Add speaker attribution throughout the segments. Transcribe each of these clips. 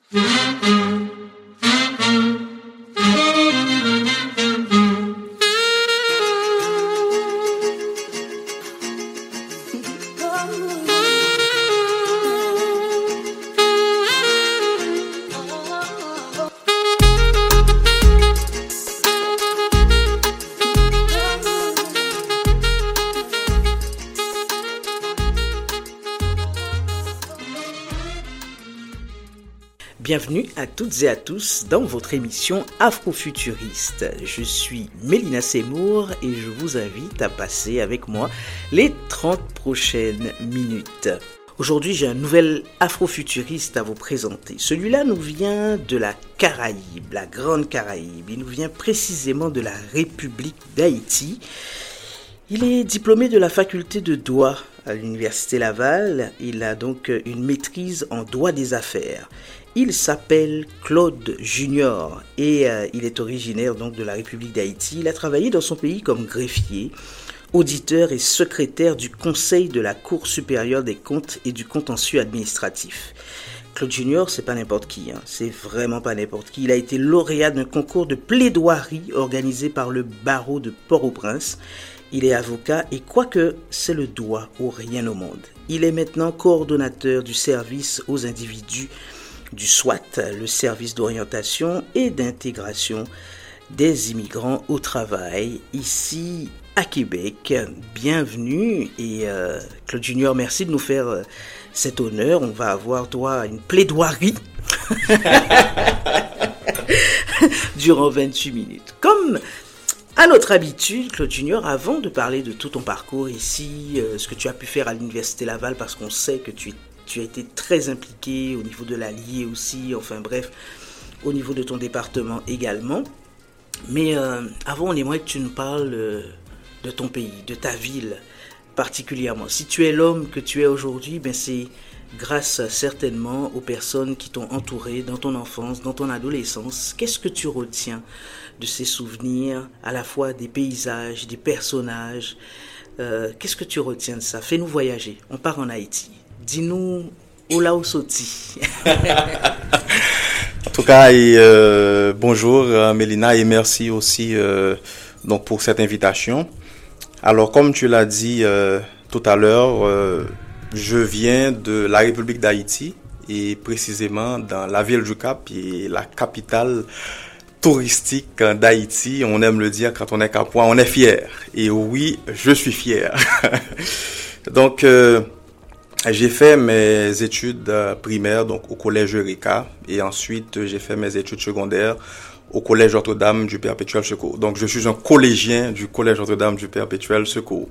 Speaker 1: Bienvenue à toutes et à tous dans votre émission Afrofuturiste. Je suis Mélina Seymour et je vous invite à passer avec moi les 30 prochaines minutes. Aujourd'hui, j'ai un nouvel Afrofuturiste à vous présenter. Celui-là nous vient de la Caraïbe, la Grande Caraïbe. Il nous vient précisément de la République d'Haïti. Il est diplômé de la faculté de droit à l'Université Laval. Il a donc une maîtrise en droit des affaires. Il s'appelle Claude Junior et il est originaire donc de la République d'Haïti. Il a travaillé dans son pays comme greffier, auditeur et secrétaire du Conseil de la Cour supérieure des comptes et du contentieux administratif. Claude Junior, c'est pas n'importe qui, c'est vraiment pas n'importe qui. Il a été lauréat d'un concours de plaidoirie organisé par le barreau de Port-au-Prince. Il est avocat et quoique c'est le droit ou rien au monde. Il est maintenant coordonnateur du service aux individus du SWAT, le service d'orientation et d'intégration des immigrants au travail, ici à Québec. Bienvenue et Claude Junior, merci de nous faire cet honneur. On va avoir droit à une plaidoirie durant 28 minutes. Comme à notre habitude, Claude Junior, avant de parler de tout ton parcours ici, ce que tu as pu faire à l'Université Laval, parce qu'on sait que tu as été très impliqué au niveau de l'Allier aussi, enfin bref, au niveau de ton département également. Mais avant, on aimerait que tu nous parles de ton pays, de ta ville particulièrement. Si tu es l'homme que tu es aujourd'hui, ben c'est grâce certainement aux personnes qui t'ont entouré dans ton enfance, dans ton adolescence. Qu'est-ce que tu retiens de ces souvenirs, à la fois des paysages, des personnages? Qu'est-ce que tu retiens de ça? Fais-nous voyager. On part en Haïti. Dis-nous où là où sauti.
Speaker 2: En tout cas, bonjour Mélina et merci aussi donc pour cette invitation. Alors comme tu l'as dit tout à l'heure, je viens de la République d'Haïti et précisément dans la ville du Cap, qui est la capitale touristique d'Haïti. On aime le dire quand on est capois, on est fier. Et oui, je suis fier. Donc j'ai fait mes études primaires donc au collège Eureka et ensuite j'ai fait mes études secondaires au collège Notre-Dame du Perpétuel Secours. Donc je suis un collégien du collège Notre-Dame du Perpétuel Secours.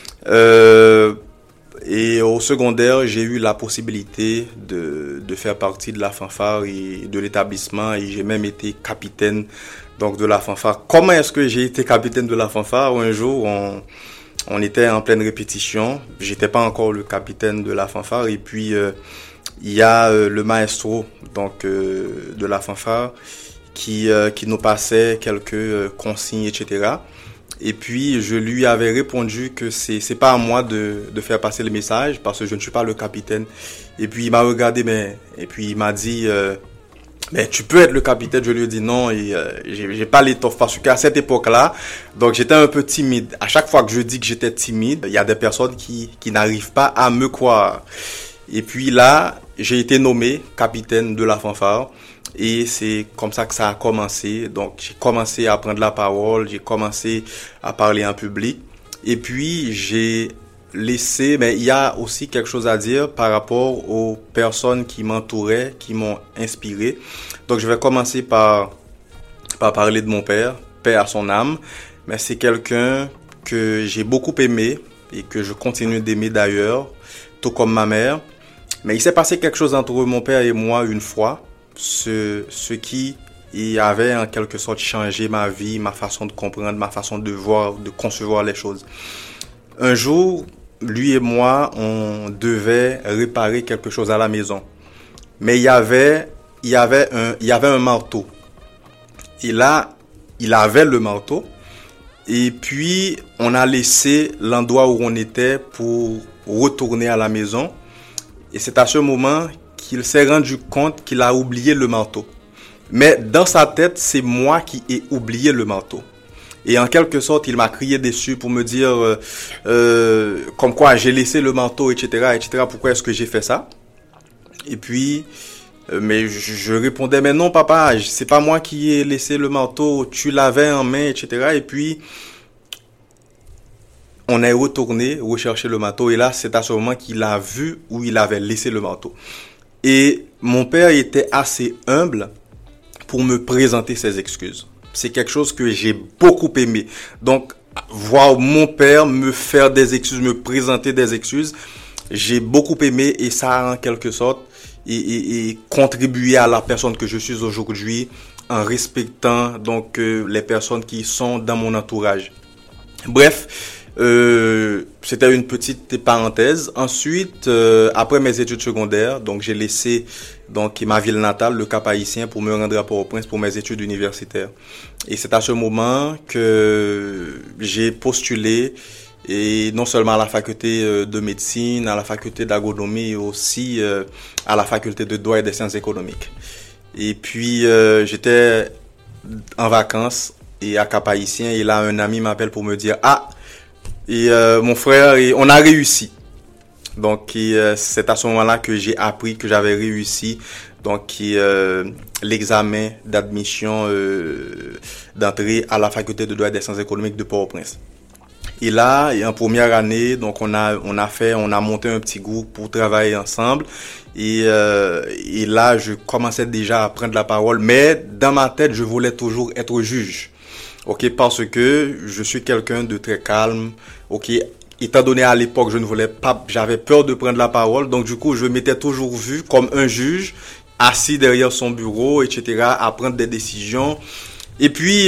Speaker 2: Et au secondaire, j'ai eu la possibilité de faire partie de la fanfare et de l'établissement et j'ai même été capitaine donc de la fanfare. Comment est-ce que j'ai été capitaine de la fanfare? Un jour, on était en pleine répétition. J'étais pas encore le capitaine de la fanfare et puis il y a le maestro donc de la fanfare qui nous passait quelques consignes, etc. Et puis je lui avais répondu que c'est pas à moi de faire passer le message parce que je ne suis pas le capitaine. Et puis il m'a regardé et puis il m'a dit mais tu peux être le capitaine. Je lui ai dit non et j'ai pas l'étoffe parce qu'à cette époque-là, donc j'étais un peu timide. À chaque fois que je dis que j'étais timide, il y a des personnes qui n'arrivent pas à me croire. Et puis là, j'ai été nommé capitaine de la fanfare et c'est comme ça que ça a commencé. Donc j'ai commencé à prendre la parole, j'ai commencé à parler en public et puis j'ai laissé, mais il y a aussi quelque chose à dire par rapport aux personnes qui m'entouraient, qui m'ont inspiré. Donc je vais commencer par parler de mon père, paix à son âme, mais c'est quelqu'un que j'ai beaucoup aimé et que je continue d'aimer d'ailleurs, tout comme ma mère. Mais il s'est passé quelque chose entre mon père et moi une fois, ce qui avait en quelque sorte changé ma vie, ma façon de comprendre, ma façon de voir, de concevoir les choses. Un jour, lui et moi, on devait réparer quelque chose à la maison. Mais il y avait un marteau. Et là, il avait le marteau. Et puis, on a laissé l'endroit où on était pour retourner à la maison. Et c'est à ce moment qu'il s'est rendu compte qu'il a oublié le manteau. Mais dans sa tête, c'est moi qui ai oublié le manteau. Et en quelque sorte, il m'a crié dessus pour me dire comme quoi j'ai laissé le manteau, etc., etc. Pourquoi est-ce que j'ai fait ça? Et puis, mais je répondais, mais non papa, c'est pas moi qui ai laissé le manteau, tu l'avais en main, etc. Et puis, on est retourné rechercher le manteau. Et là, c'est à ce moment qu'il a vu où il avait laissé le manteau. Et mon père était assez humble pour me présenter ses excuses. C'est quelque chose que j'ai beaucoup aimé. Donc, voir mon père me faire des excuses, me présenter des excuses, j'ai beaucoup aimé et ça a en quelque sorte et contribué à la personne que je suis aujourd'hui en respectant donc les personnes qui sont dans mon entourage. Bref, c'était une petite parenthèse. Ensuite, après mes études secondaires, donc j'ai laissé donc ma ville natale, le Cap-Haïtien, pour me rendre à Port-au-Prince pour mes études universitaires. Et c'est à ce moment que j'ai postulé, et non seulement à la faculté de médecine, à la faculté d'agronomie, et aussi à la faculté de droit et des sciences économiques. Et puis j'étais en vacances et à Cap-Haïtien, et là un ami m'appelle pour me dire mon frère, on a réussi. Donc c'est à ce moment-là que j'ai appris que j'avais réussi donc l'examen d'admission d'entrée à la faculté de droit et des sciences économiques de Port-au-Prince. Et là, en première année, donc on a monté un petit groupe pour travailler ensemble. Et là, je commençais déjà à prendre la parole, mais dans ma tête, je voulais toujours être juge. OK, parce que je suis quelqu'un de très calme. OK, étant donné à l'époque, j'avais peur de prendre la parole, donc du coup, je m'étais toujours vu comme un juge assis derrière son bureau, etc., à prendre des décisions. Et puis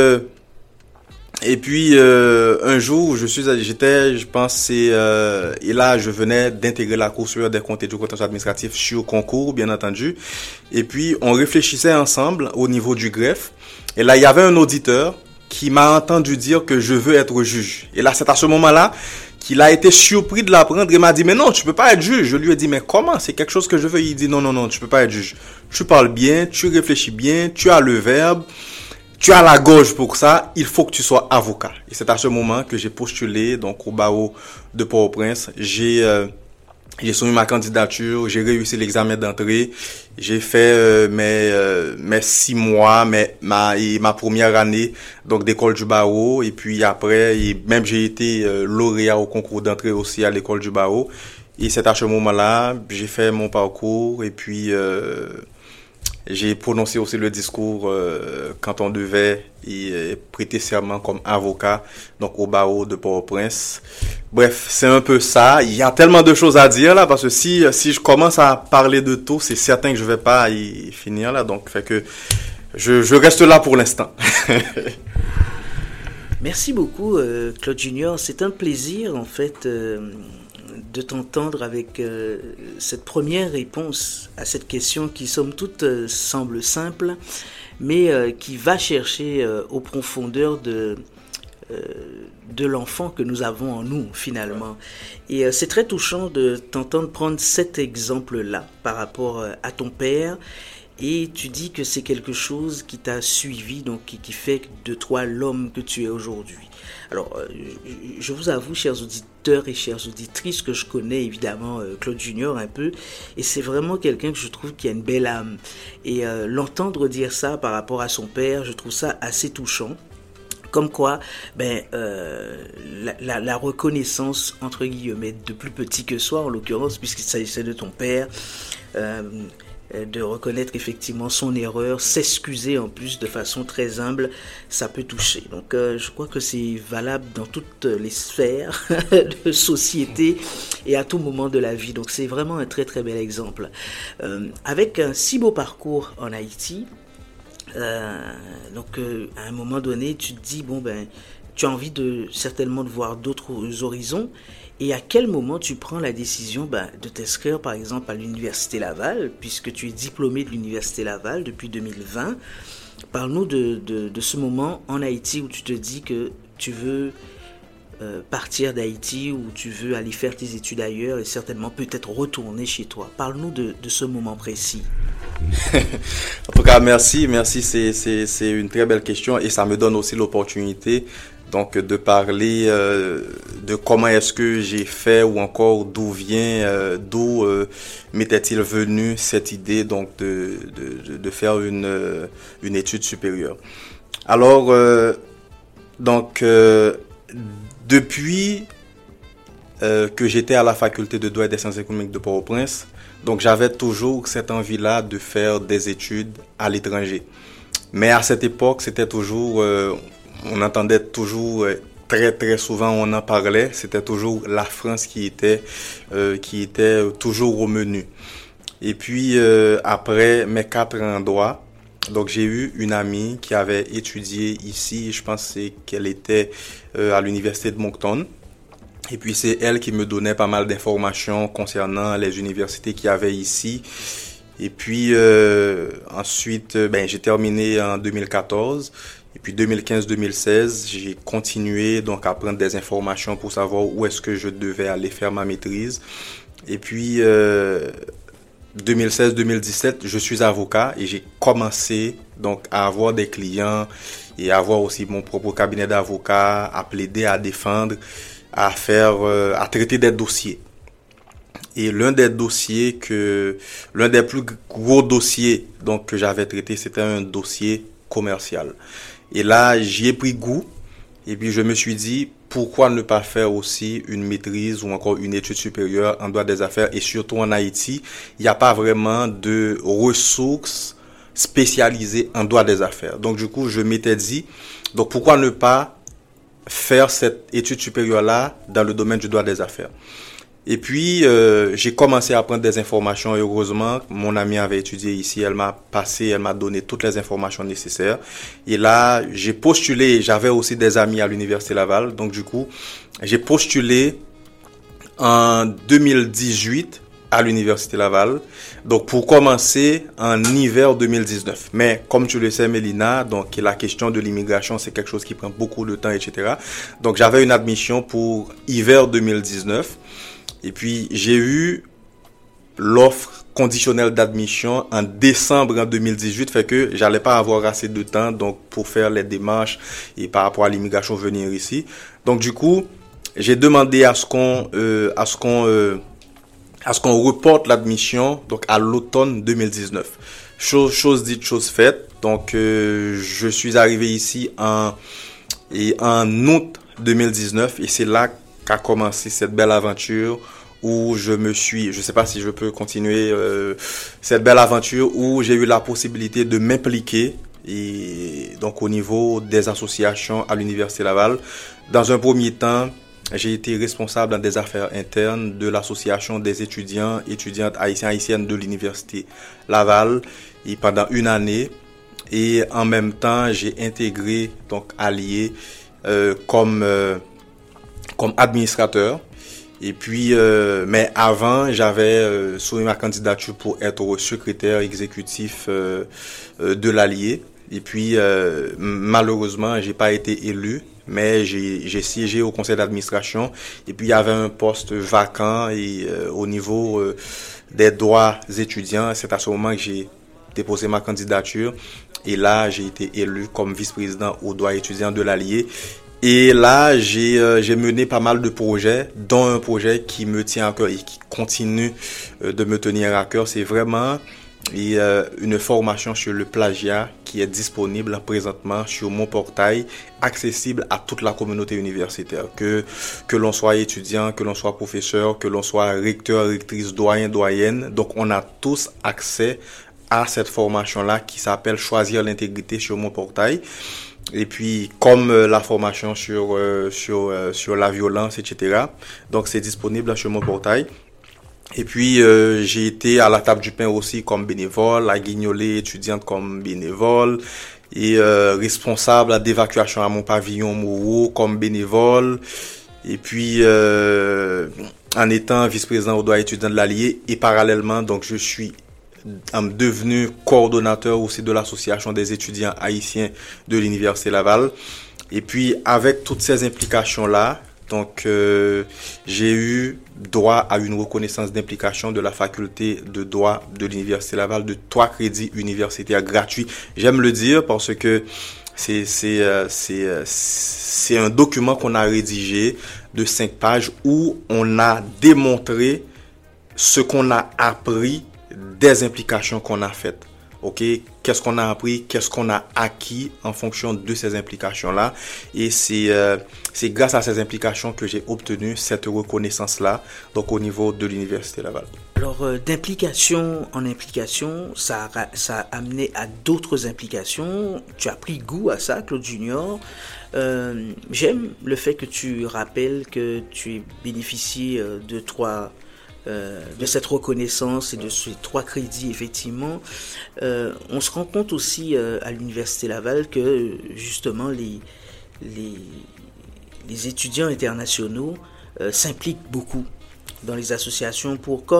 Speaker 2: un jour, et là, je venais d'intégrer la Cour supérieure des comptes et du contentieux administratif sur concours, bien entendu. Et puis, on réfléchissait ensemble au niveau du greffe. Et là, il y avait un auditeur qui m'a entendu dire que je veux être juge. Et là, c'est à ce moment-là qu'il a été surpris de l'apprendre et m'a dit, mais non, tu peux pas être juge. Je lui ai dit, mais comment? C'est quelque chose que je veux. Il dit, non, tu peux pas être juge. Tu parles bien, tu réfléchis bien, tu as le verbe. Tu as la gorge pour ça, il faut que tu sois avocat. Et c'est à ce moment que j'ai postulé donc au barreau de Port-au-Prince. J'ai soumis ma candidature, j'ai réussi l'examen d'entrée, j'ai fait mes 6 mois, ma première année donc d'école du barreau, et puis après même j'ai été lauréat au concours d'entrée aussi à l'école du barreau. Et c'est à ce moment-là, j'ai fait mon parcours et puis j'ai prononcé aussi le discours quand on devait prêter serment comme avocat donc au barreau de Port-au-Prince. Bref, c'est un peu ça. Il y a tellement de choses à dire là parce que si je commence à parler de tout, c'est certain que je vais pas y finir là. Donc fait que je reste là pour l'instant.
Speaker 1: Merci beaucoup Claude Junior. C'est un plaisir en fait de t'entendre avec cette première réponse à cette question qui, somme toute, semble simple, mais qui va chercher aux profondeurs de l'enfant que nous avons en nous, finalement. Et c'est très touchant de t'entendre prendre cet exemple-là par rapport à ton père. Et tu dis que c'est quelque chose qui t'a suivi, donc qui fait de toi l'homme que tu es aujourd'hui. Alors, je vous avoue, chers auditeurs et chères auditrices, que je connais évidemment Claude Junior un peu, et c'est vraiment quelqu'un que je trouve qui a une belle âme. Et l'entendre dire ça par rapport à son père, je trouve ça assez touchant. Comme quoi, la reconnaissance, entre guillemets, de plus petit que soi, en l'occurrence, puisqu'il s'agissait de ton père, de reconnaître effectivement son erreur, s'excuser en plus de façon très humble, ça peut toucher. Donc je crois que c'est valable dans toutes les sphères de société et à tout moment de la vie. Donc c'est vraiment un très très bel exemple. Avec un si beau parcours en Haïti, donc à un moment donné tu te dis tu as envie certainement de voir d'autres horizons. Et à quel moment tu prends la décision de t'inscrire par exemple à l'Université Laval, puisque tu es diplômé de l'Université Laval depuis 2020. Parle-nous de ce moment en Haïti où tu te dis que tu veux partir d'Haïti ou tu veux aller faire tes études ailleurs et certainement peut-être retourner chez toi. Parle-nous de ce moment précis.
Speaker 2: En tout cas, merci, c'est une très belle question et ça me donne aussi l'opportunité donc de parler de comment est-ce que j'ai fait ou encore d'où m'était-il venu cette idée donc de faire une étude supérieure. Alors depuis que j'étais à la faculté de droit et des sciences économiques de Port-au-Prince, donc j'avais toujours cette envie-là de faire des études à l'étranger. Mais à cette époque, c'était toujours, on entendait toujours très très souvent, on en parlait, c'était toujours la France qui était toujours au menu. Et puis après mes 4 ans en droit, donc j'ai eu une amie qui avait étudié ici, je pense qu'elle était à l'université de Moncton. Et puis c'est elle qui me donnait pas mal d'informations concernant les universités qu'il y avait ici. Et puis ensuite, j'ai terminé en 2014. Et puis 2015-2016, j'ai continué donc à prendre des informations pour savoir où est-ce que je devais aller faire ma maîtrise. Et puis 2016-2017, je suis avocat et j'ai commencé donc à avoir des clients et à avoir aussi mon propre cabinet d'avocat, à plaider, à défendre, à traiter des dossiers. Et l'un des plus gros dossiers donc que j'avais traité, c'était un dossier commercial. Et là, j'y ai pris goût. Et puis je me suis dit, pourquoi ne pas faire aussi une maîtrise ou encore une étude supérieure en droit des affaires? Et surtout en Haïti, il n'y a pas vraiment de ressources spécialisées en droit des affaires. Donc du coup, je m'étais dit, donc pourquoi ne pas faire cette étude supérieure-là dans le domaine du droit des affaires? Et puis, j'ai commencé à prendre des informations. Heureusement, mon amie avait étudié ici. Elle m'a donné toutes les informations nécessaires. Et là, j'ai postulé. J'avais aussi des amis à l'Université Laval. Donc, du coup, j'ai postulé en 2018 à l'Université Laval. Donc, pour commencer en hiver 2019. Mais, comme tu le sais, Mélina, donc, la question de l'immigration, c'est quelque chose qui prend beaucoup de temps, etc. Donc, j'avais une admission pour hiver 2019. Et puis, j'ai eu l'offre conditionnelle d'admission en décembre en 2018, fait que j'allais pas avoir assez de temps donc pour faire les démarches et par rapport à l'immigration venir ici. Donc du coup, j'ai demandé à ce qu'on reporte l'admission donc à l'automne 2019. Chose dite, chose faite. Donc je suis arrivé ici en août 2019 et c'est là qu'a commencé cette belle aventure où je sais pas si je peux continuer cette belle aventure où j'ai eu la possibilité de m'impliquer et donc au niveau des associations à l'Université Laval. Dans un premier temps, j'ai été responsable dans des affaires internes de l'association des étudiantes haïtiennes de l'Université Laval et pendant une année. Et en même temps, j'ai intégré donc Allié comme administrateur. Et puis, mais avant, j'avais soumis ma candidature pour être secrétaire exécutif de l'Allié. Et puis, malheureusement, j'ai pas été élu, mais j'ai siégé au conseil d'administration. Et puis, il y avait un poste vacant et au niveau des droits étudiants. C'est à ce moment que j'ai déposé ma candidature. Et là, j'ai été élu comme vice-président aux droits étudiants de l'Allié. Et là, j'ai mené pas mal de projets, dont un projet qui me tient à cœur et qui continue de me tenir à cœur. C'est vraiment une formation sur le plagiat qui est disponible présentement sur mon portail, accessible à toute la communauté universitaire. Que l'on soit étudiant, que l'on soit professeur, que l'on soit recteur, rectrice, doyen, doyenne. Donc, on a tous accès à cette formation-là qui s'appelle Choisir l'intégrité sur mon portail. Et puis, comme la formation sur la violence, etc. Donc, c'est disponible sur mon portail. Et puis, j'ai été à la table du pain aussi comme bénévole, à Guignolé, étudiante comme bénévole, et responsable d'évacuation à mon pavillon Moreau comme bénévole. Et puis, en étant vice-président au droit étudiant de l'Allié, et parallèlement, donc, je suis devenu coordonnateur aussi de l'association des étudiants haïtiens de l'Université Laval. Et puis, avec toutes ces implications-là, Donc, j'ai eu droit à une reconnaissance d'implication de la faculté de droit de l'Université Laval de 3 crédits universitaires gratuits. J'aime le dire parce que c'est un document qu'on a rédigé de 5 pages où on a démontré ce qu'on a appris des implications qu'on a faites. OK, qu'est-ce qu'on a appris, qu'est-ce qu'on a acquis en fonction de ces implications-là. Et c'est grâce à ces implications que j'ai obtenu cette reconnaissance-là, donc au niveau de l'Université Laval.
Speaker 1: Alors, d'implication en implication, ça a amené à d'autres implications. Tu as pris goût à ça, Claude Junior. J'aime le fait que tu rappelles que tu bénéficié de cette reconnaissance et de ces 3 crédits, effectivement. On se rend compte aussi à l'Université Laval que justement les étudiants internationaux s'impliquent beaucoup dans les associations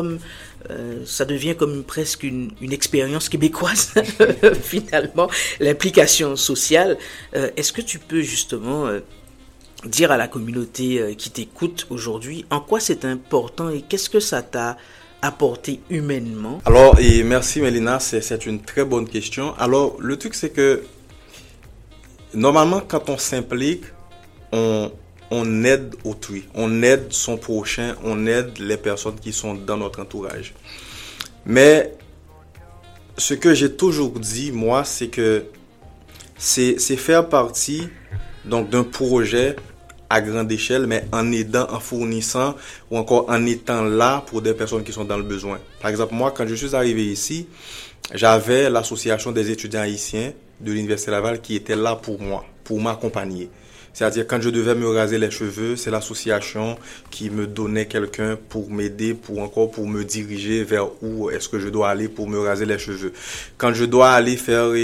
Speaker 1: ça devient comme presque une expérience québécoise finalement, l'implication sociale. Est-ce que tu peux justement dire à la communauté qui t'écoute aujourd'hui en quoi c'est important et qu'est-ce que ça t'a apporté humainement?
Speaker 2: Alors, et merci Mélina, c'est une très bonne question. Alors, le truc c'est que normalement quand on s'implique, on aide autrui, on aide son prochain, on aide les personnes qui sont dans notre entourage. Mais ce que j'ai toujours dit, moi, c'est que c'est faire partie donc d'un projet à grande échelle, mais en aidant, en fournissant ou encore en étant là pour des personnes qui sont dans le besoin. Par exemple, moi, quand je suis arrivé ici, j'avais l'association des étudiants haïtiens de l'Université Laval qui était là pour moi, pour m'accompagner. C'est-à-dire, quand je devais me raser les cheveux, c'est l'association qui me donnait quelqu'un pour m'aider, pour me diriger vers où est-ce que je dois aller pour me raser les cheveux. Quand je dois aller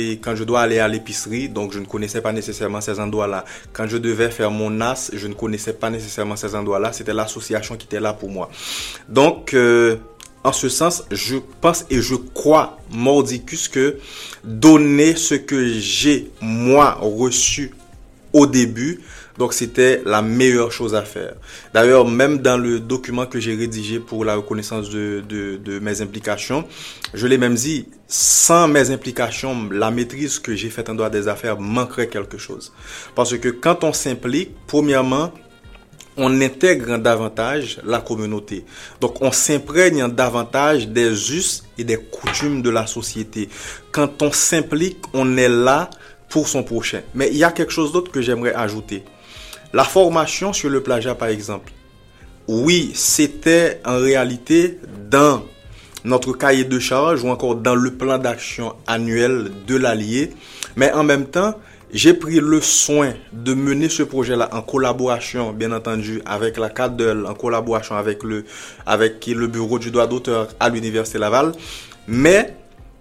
Speaker 2: à l'épicerie, donc je ne connaissais pas nécessairement ces endroits-là. Quand je devais faire mon NAS, je ne connaissais pas nécessairement ces endroits-là. C'était l'association qui était là pour moi. Donc, en ce sens, je pense et je crois mordicus que donner ce que j'ai, moi, reçu au début, donc c'était la meilleure chose à faire. D'ailleurs, même dans le document que j'ai rédigé pour la reconnaissance de mes implications, je l'ai même dit, sans mes implications, la maîtrise que j'ai faite en droit des affaires manquerait quelque chose. Parce que quand on s'implique, premièrement, on intègre davantage la communauté. Donc, on s'imprègne davantage des us et des coutumes de la société. Quand on s'implique, on est là pour son prochain. Mais il y a quelque chose d'autre que j'aimerais ajouter. La formation sur le plagiat, par exemple. Oui, c'était en réalité dans notre cahier de charge ou encore dans le plan d'action annuel de l'Allier. Mais en même temps, j'ai pris le soin de mener ce projet-là en collaboration, bien entendu, avec la CADEL, en collaboration avec le bureau du droit d'auteur à l'Université Laval. Mais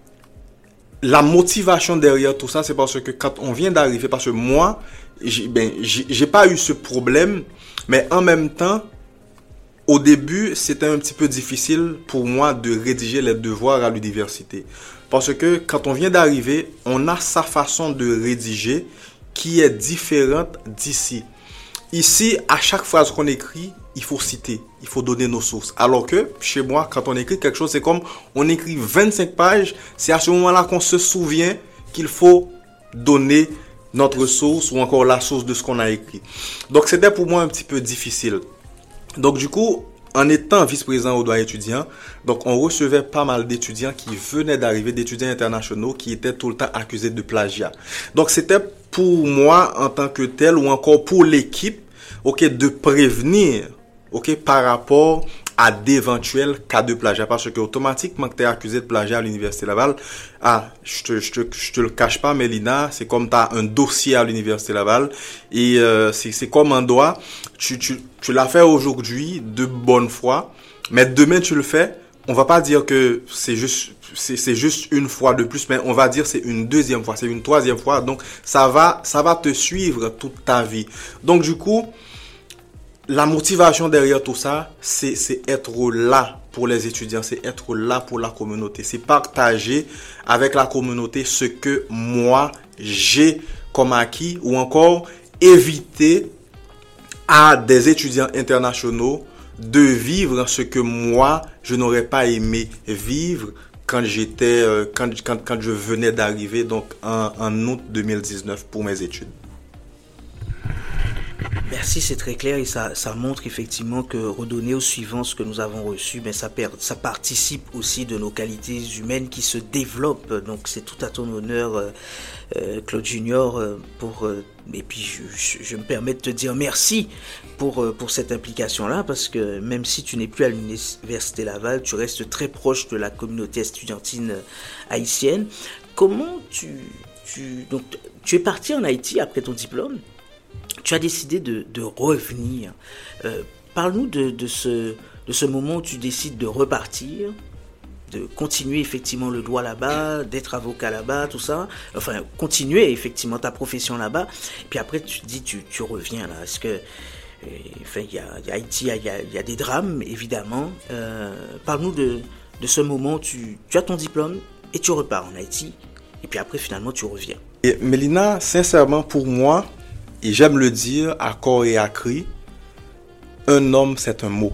Speaker 2: la motivation derrière tout ça, c'est parce que quand on vient d'arriver, parce que moi, j'ai pas eu ce problème, mais en même temps, au début, c'était un petit peu difficile pour moi de rédiger les devoirs à l'université. Parce que quand on vient d'arriver, on a sa façon de rédiger qui est différente d'ici. Ici, à chaque phrase qu'on écrit, il faut citer, il faut donner nos sources. Alors que chez moi, quand on écrit quelque chose, c'est comme on écrit 25 pages. C'est à ce moment-là qu'on se souvient qu'il faut donner notre source ou encore la source de ce qu'on a écrit. Donc, c'était pour moi un petit peu difficile. Donc, du coup, en étant vice-président au droit étudiant, donc on recevait pas mal d'étudiants qui venaient d'arriver, d'étudiants internationaux qui étaient tout le temps accusés de plagiat. Donc, c'était pour moi en tant que tel ou encore pour l'équipe, de prévenir, par rapport à d'éventuels cas de plagiat. Parce que automatiquement que tu es accusé de plagiat à l'Université Laval, je te le cache pas, Mélina, c'est comme tu as un dossier à l'Université Laval et c'est comme un droit, tu l'as fait aujourd'hui de bonne foi, mais demain tu le fais, on va pas dire que c'est juste une fois de plus, mais on va dire c'est une deuxième fois, c'est une troisième fois, donc ça va te suivre toute ta vie. Donc du coup, la motivation derrière tout ça, c'est être là pour les étudiants, c'est être là pour la communauté, c'est partager avec la communauté ce que moi j'ai comme acquis ou encore éviter à des étudiants internationaux de vivre ce que moi, je n'aurais pas aimé vivre quand quand je venais d'arriver, donc en août 2019 pour mes études.
Speaker 1: Merci, c'est très clair et ça montre effectivement que redonner au suivant ce que nous avons reçu, ça participe aussi de nos qualités humaines qui se développent. Donc c'est tout à ton honneur, Claude Junior, et puis je me permets de te dire merci pour cette implication-là, parce que même si tu n'es plus à l'Université Laval, tu restes très proche de la communauté estudiantine haïtienne. Comment donc tu es parti en Haïti après ton diplôme? Tu as décidé de revenir. Parle-nous de ce moment où tu décides de repartir, de continuer effectivement le droit là-bas, d'être avocat là-bas, tout ça. Enfin, continuer effectivement ta profession là-bas. Puis après, tu te dis, tu reviens là. Est-ce que, enfin, il y a Haïti, il y a des drames, évidemment. Parle-nous de ce moment où tu as ton diplôme et tu repars en Haïti. Et puis après, finalement, tu reviens.
Speaker 2: Et Mélina, sincèrement, pour moi, et j'aime le dire à corps et à cri, un homme, c'est un mot.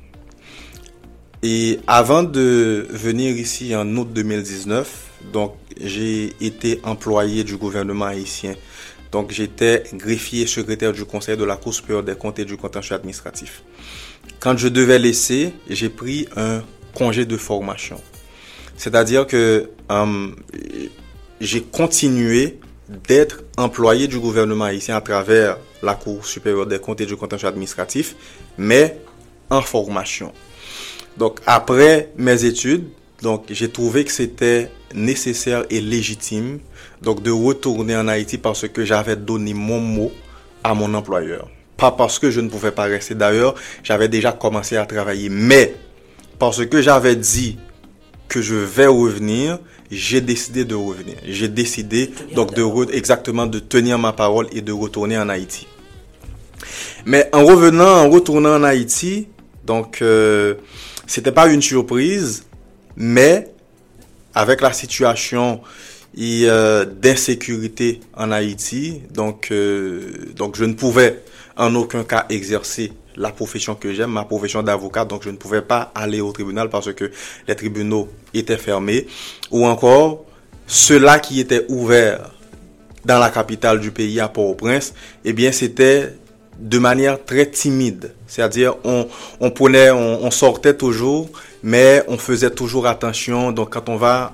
Speaker 2: Et avant de venir ici en août 2019, donc j'ai été employé du gouvernement haïtien. Donc j'étais greffier secrétaire du conseil de la Cour supérieure des comptes et du contentieux administratif. Quand je devais laisser, j'ai pris un congé de formation. C'est-à-dire que j'ai continué d'être employé du gouvernement haïtien à travers la Cour supérieure des comptes et du contentieux administratif, mais en formation. Donc, après mes études, donc, j'ai trouvé que c'était nécessaire et légitime, donc, de retourner en Haïti parce que j'avais donné mon mot à mon employeur. Pas parce que je ne pouvais pas rester. D'ailleurs, j'avais déjà commencé à travailler, mais parce que j'avais dit que je vais revenir, j'ai décidé de revenir. J'ai décidé donc exactement de tenir ma parole et de retourner en Haïti. Mais en retournant en Haïti, donc c'était pas une surprise, mais avec la situation d'insécurité en Haïti, donc je ne pouvais en aucun cas exercer la profession que j'aime, ma profession d'avocat, donc je ne pouvais pas aller au tribunal parce que les tribunaux étaient fermés, ou encore ceux-là qui étaient ouverts dans la capitale du pays, à Port-au-Prince, eh bien c'était de manière très timide, c'est-à-dire on sortait toujours, mais on faisait toujours attention. Donc quand on va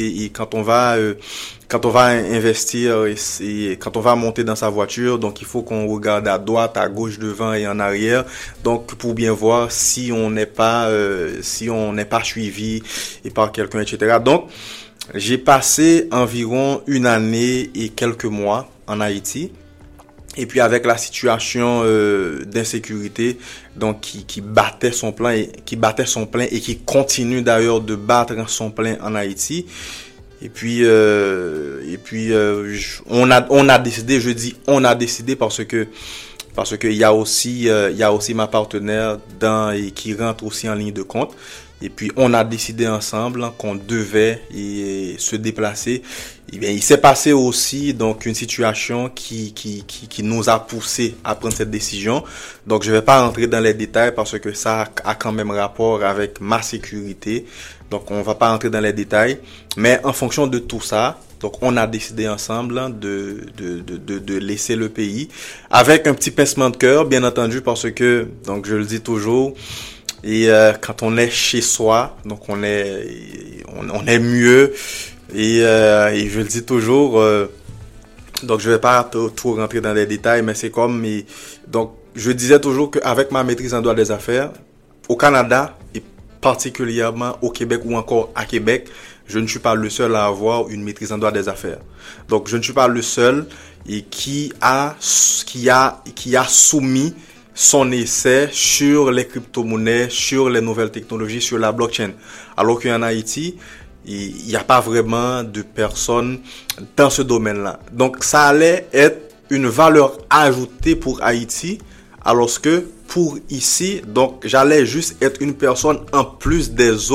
Speaker 2: investir et quand on va monter dans sa voiture, donc il faut qu'on regarde à droite, à gauche, devant et en arrière, donc pour bien voir si on n'est pas suivi et par quelqu'un, etc. Donc j'ai passé environ 1 année et quelques mois en Haïti. Et puis avec la situation d'insécurité, donc qui battait son plein et qui continue d'ailleurs de battre son plein en Haïti. Et puis on a décidé, je dis on a décidé parce que il y a aussi ma partenaire qui rentre aussi en ligne de compte. Et puis on a décidé ensemble qu'on devait se déplacer. Et bien, il s'est passé aussi donc une situation qui nous a poussé à prendre cette décision. Donc je vais pas rentrer dans les détails parce que ça a quand même rapport avec ma sécurité. Donc on va pas rentrer dans les détails, mais en fonction de tout ça, donc on a décidé ensemble de laisser le pays avec un petit pincement de cœur, bien entendu, parce que donc je le dis toujours. Et quand on est chez soi, donc on est mieux. Et je le dis toujours, donc je vais pas tout rentrer dans les détails, mais c'est comme, donc je disais toujours qu'avec ma maîtrise en droit des affaires, au Canada et particulièrement au Québec ou encore à Québec, je ne suis pas le seul à avoir une maîtrise en droit des affaires. Donc je ne suis pas le seul et qui a soumis son essai sur les crypto-monnaies, sur les nouvelles technologies, sur la blockchain. Alors qu'en Haïti, il n'y a pas vraiment de personnes dans ce domaine-là. Donc, ça allait être une valeur ajoutée pour Haïti, alors que pour ici, donc, j'allais juste être une personne en plus des autres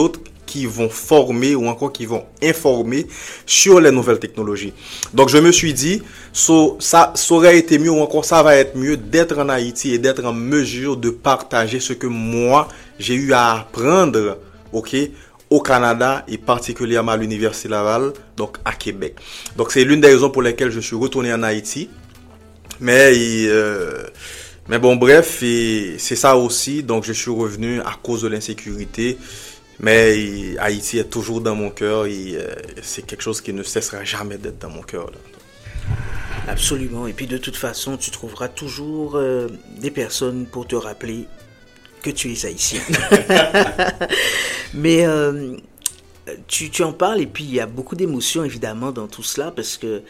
Speaker 2: qui vont former ou encore qui vont informer sur les nouvelles technologies. Donc je me suis dit, ça aurait été mieux ou encore ça va être mieux d'être en Haïti et d'être en mesure de partager ce que moi j'ai eu à apprendre, au Canada et particulièrement à l'Université Laval, donc à Québec. Donc c'est l'une des raisons pour lesquelles je suis retourné en Haïti. Mais bon, bref, et c'est ça aussi. Donc je suis revenu à cause de l'insécurité. Mais Haïti est toujours dans mon cœur et c'est quelque chose qui ne cessera jamais d'être dans mon cœur, là.
Speaker 1: Absolument. Et puis de toute façon, tu trouveras toujours des personnes pour te rappeler que tu es haïtien. Mais tu en parles et puis il y a beaucoup d'émotions évidemment dans tout cela parce que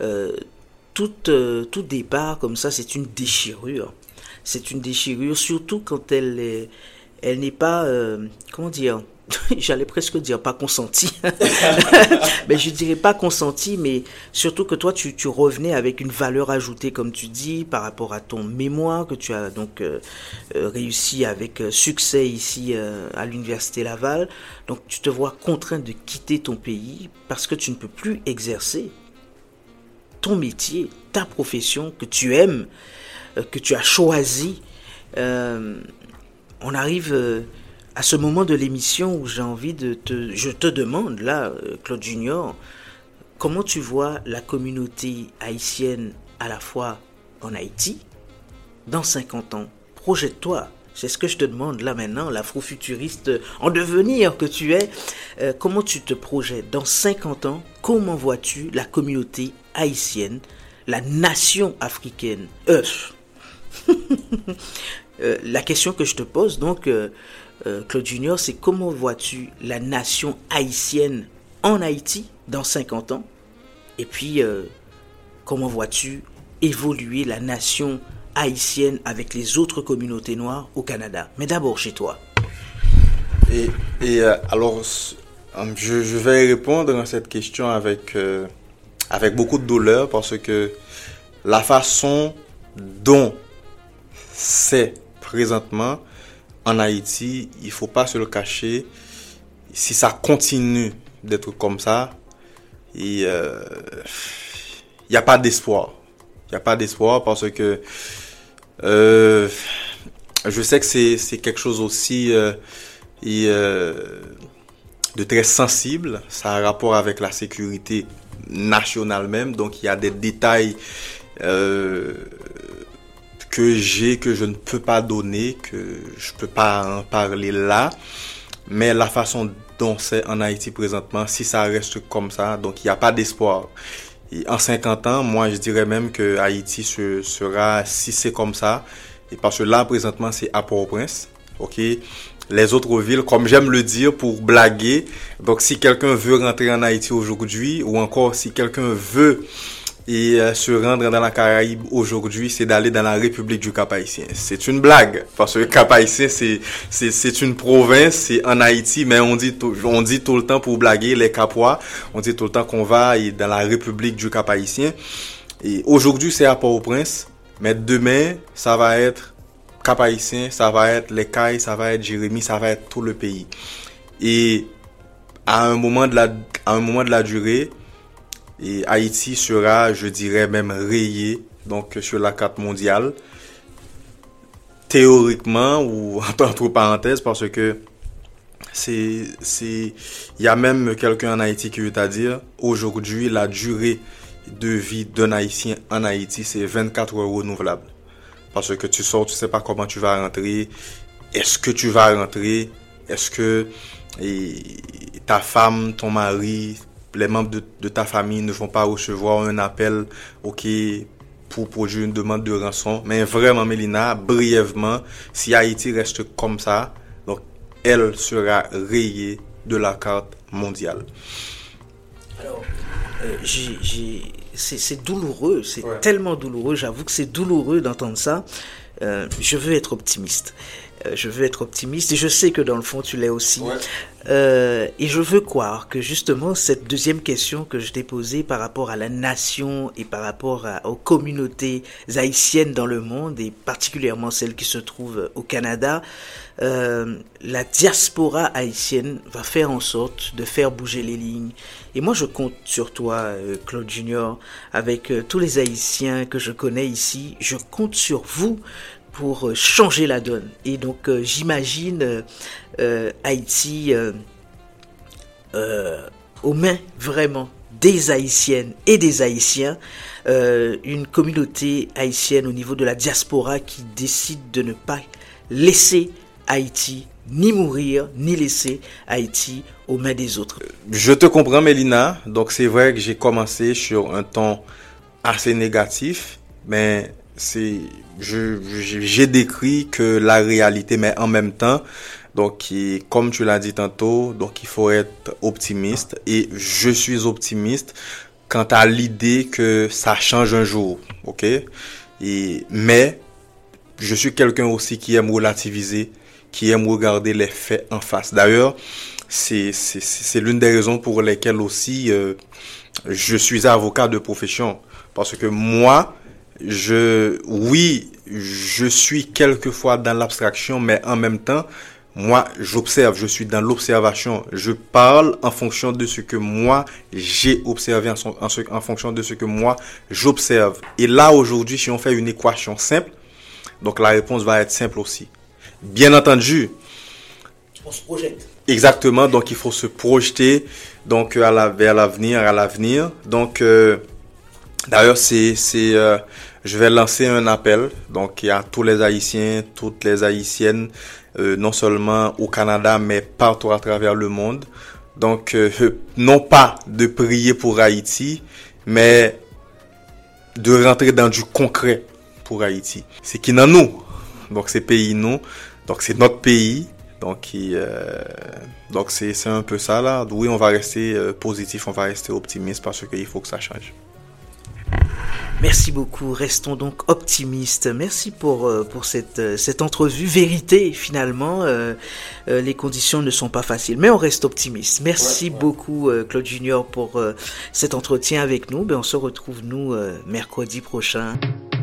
Speaker 1: tout départ comme ça, c'est une déchirure. C'est une déchirure, surtout quand elle n'est pas, comment dire, j'allais presque dire pas consentie. Mais je dirais pas consentie, mais surtout que toi, tu revenais avec une valeur ajoutée, comme tu dis, par rapport à ton mémoire que tu as donc réussi avec succès ici à l'Université Laval. Donc, tu te vois contraint de quitter ton pays parce que tu ne peux plus exercer ton métier, ta profession que tu aimes, que tu as choisi. On arrive à ce moment de l'émission où j'ai envie je te demande là, Claude Junior, comment tu vois la communauté haïtienne à la fois en Haïti, dans 50 ans? Projette-toi. C'est ce que je te demande là maintenant, l'afrofuturiste en devenir que tu es. Comment tu te projettes dans 50 ans? Comment vois-tu la communauté haïtienne, la nation africaine? La question que je te pose donc, Claude Junior, c'est comment vois-tu la nation haïtienne en Haïti dans 50 ans? Et puis, comment vois-tu évoluer la nation haïtienne avec les autres communautés noires au Canada? Mais d'abord chez toi.
Speaker 2: Alors, je vais répondre à cette question avec beaucoup de douleur parce que la façon dont c'est présentement en Haïti, il faut pas se le cacher. Si ça continue d'être comme ça, il y a pas d'espoir. Il y a pas d'espoir parce que je sais que c'est quelque chose aussi de très sensible. Ça a un rapport avec la sécurité nationale même. Donc il y a des détails que je ne peux pas donner, que je peux pas en parler là, mais la façon dont c'est en Haïti présentement, si ça reste comme ça, donc il n'y a pas d'espoir. Et en 50 ans, moi je dirais même que Haïti sera, si c'est comme ça, et parce que là présentement c'est à Port-au-Prince, les autres villes, comme j'aime le dire pour blaguer, donc si quelqu'un veut rentrer en Haïti aujourd'hui, ou encore si quelqu'un veut se rendre dans la Caraïbe aujourd'hui, c'est d'aller dans la République du Cap-Haïtien. C'est une blague, parce que le Cap-Haïtien, c'est une province, c'est en Haïti, mais on dit tout le temps pour blaguer, les Capois, on dit tout le temps qu'on va dans la République du Cap-Haïtien. Et aujourd'hui, c'est à Port-au-Prince, mais demain, ça va être Cap-Haïtien, ça va être les Cayes, ça va être Jérémie, ça va être tout le pays. Et à un moment de la durée, et Haïti sera, je dirais même rayé donc sur la carte mondiale, théoriquement ou entre parenthèses, parce que il y a même quelqu'un en Haïti qui veut à dire aujourd'hui la durée de vie d'un Haïtien en Haïti c'est 24 heures renouvelables, parce que tu sors, tu sais pas comment tu vas rentrer, est-ce que tu vas rentrer, est-ce que ta femme, ton mari, les membres de ta famille ne vont pas recevoir un appel, pour produire une demande de rançon. Mais vraiment, Mélina, brièvement, si Haïti reste comme ça, donc elle sera rayée de la carte mondiale.
Speaker 1: Alors, c'est douloureux, tellement douloureux, j'avoue que c'est douloureux d'entendre ça. Je veux être optimiste. Je veux être optimiste et je sais que dans le fond tu l'es aussi.
Speaker 2: Ouais.
Speaker 1: Et je veux croire que justement cette deuxième question que je t'ai posée par rapport à la nation et par rapport aux communautés haïtiennes dans le monde et particulièrement celles qui se trouvent au Canada, la diaspora haïtienne va faire en sorte de faire bouger les lignes. Et moi je compte sur toi, Claude Junior, avec tous les Haïtiens que je connais ici, je compte sur vous pour changer la donne. Et donc j'imagine Haïti aux mains vraiment des Haïtiennes et des Haïtiens, une communauté haïtienne au niveau de la diaspora qui décide de ne pas laisser Haïti ni mourir, ni laisser Haïti aux mains des autres.
Speaker 2: Je te comprends, Mélina. Donc c'est vrai que j'ai commencé sur un ton assez négatif, mais j'ai décrit que la réalité, mais en même temps, donc comme tu l'as dit tantôt, donc il faut être optimiste et je suis optimiste quant à l'idée que ça change un jour, ok? Mais je suis quelqu'un aussi qui aime relativiser, qui aime regarder les faits en face. D'ailleurs, c'est l'une des raisons pour lesquelles aussi je suis avocat de profession, parce que moi, je suis quelquefois dans l'abstraction, mais en même temps, moi, j'observe, je suis dans l'observation. Je parle en fonction de ce que moi, j'ai observé, en fonction de ce que moi, j'observe. Et là, aujourd'hui, si on fait une équation simple, donc la réponse va être simple aussi. Bien entendu.
Speaker 1: On se projette.
Speaker 2: Exactement, donc il faut se projeter donc vers l'avenir. Donc d'ailleurs je vais lancer un appel donc à tous les Haïtiens, toutes les Haïtiennes, non seulement au Canada mais partout à travers le monde. Donc non pas de prier pour Haïti, mais de rentrer dans du concret pour Haïti. C'est qui dans nous. Donc c'est pays nous. Donc c'est notre pays. Donc c'est un peu ça là. Oui, on va rester positif, on va rester optimiste parce qu'il faut que ça change.
Speaker 1: Merci beaucoup, restons donc optimistes. Merci pour cette entrevue vérité finalement. Les conditions ne sont pas faciles, mais on reste optimiste. Merci beaucoup Claude Junior pour cet entretien avec nous. On se retrouve nous mercredi prochain.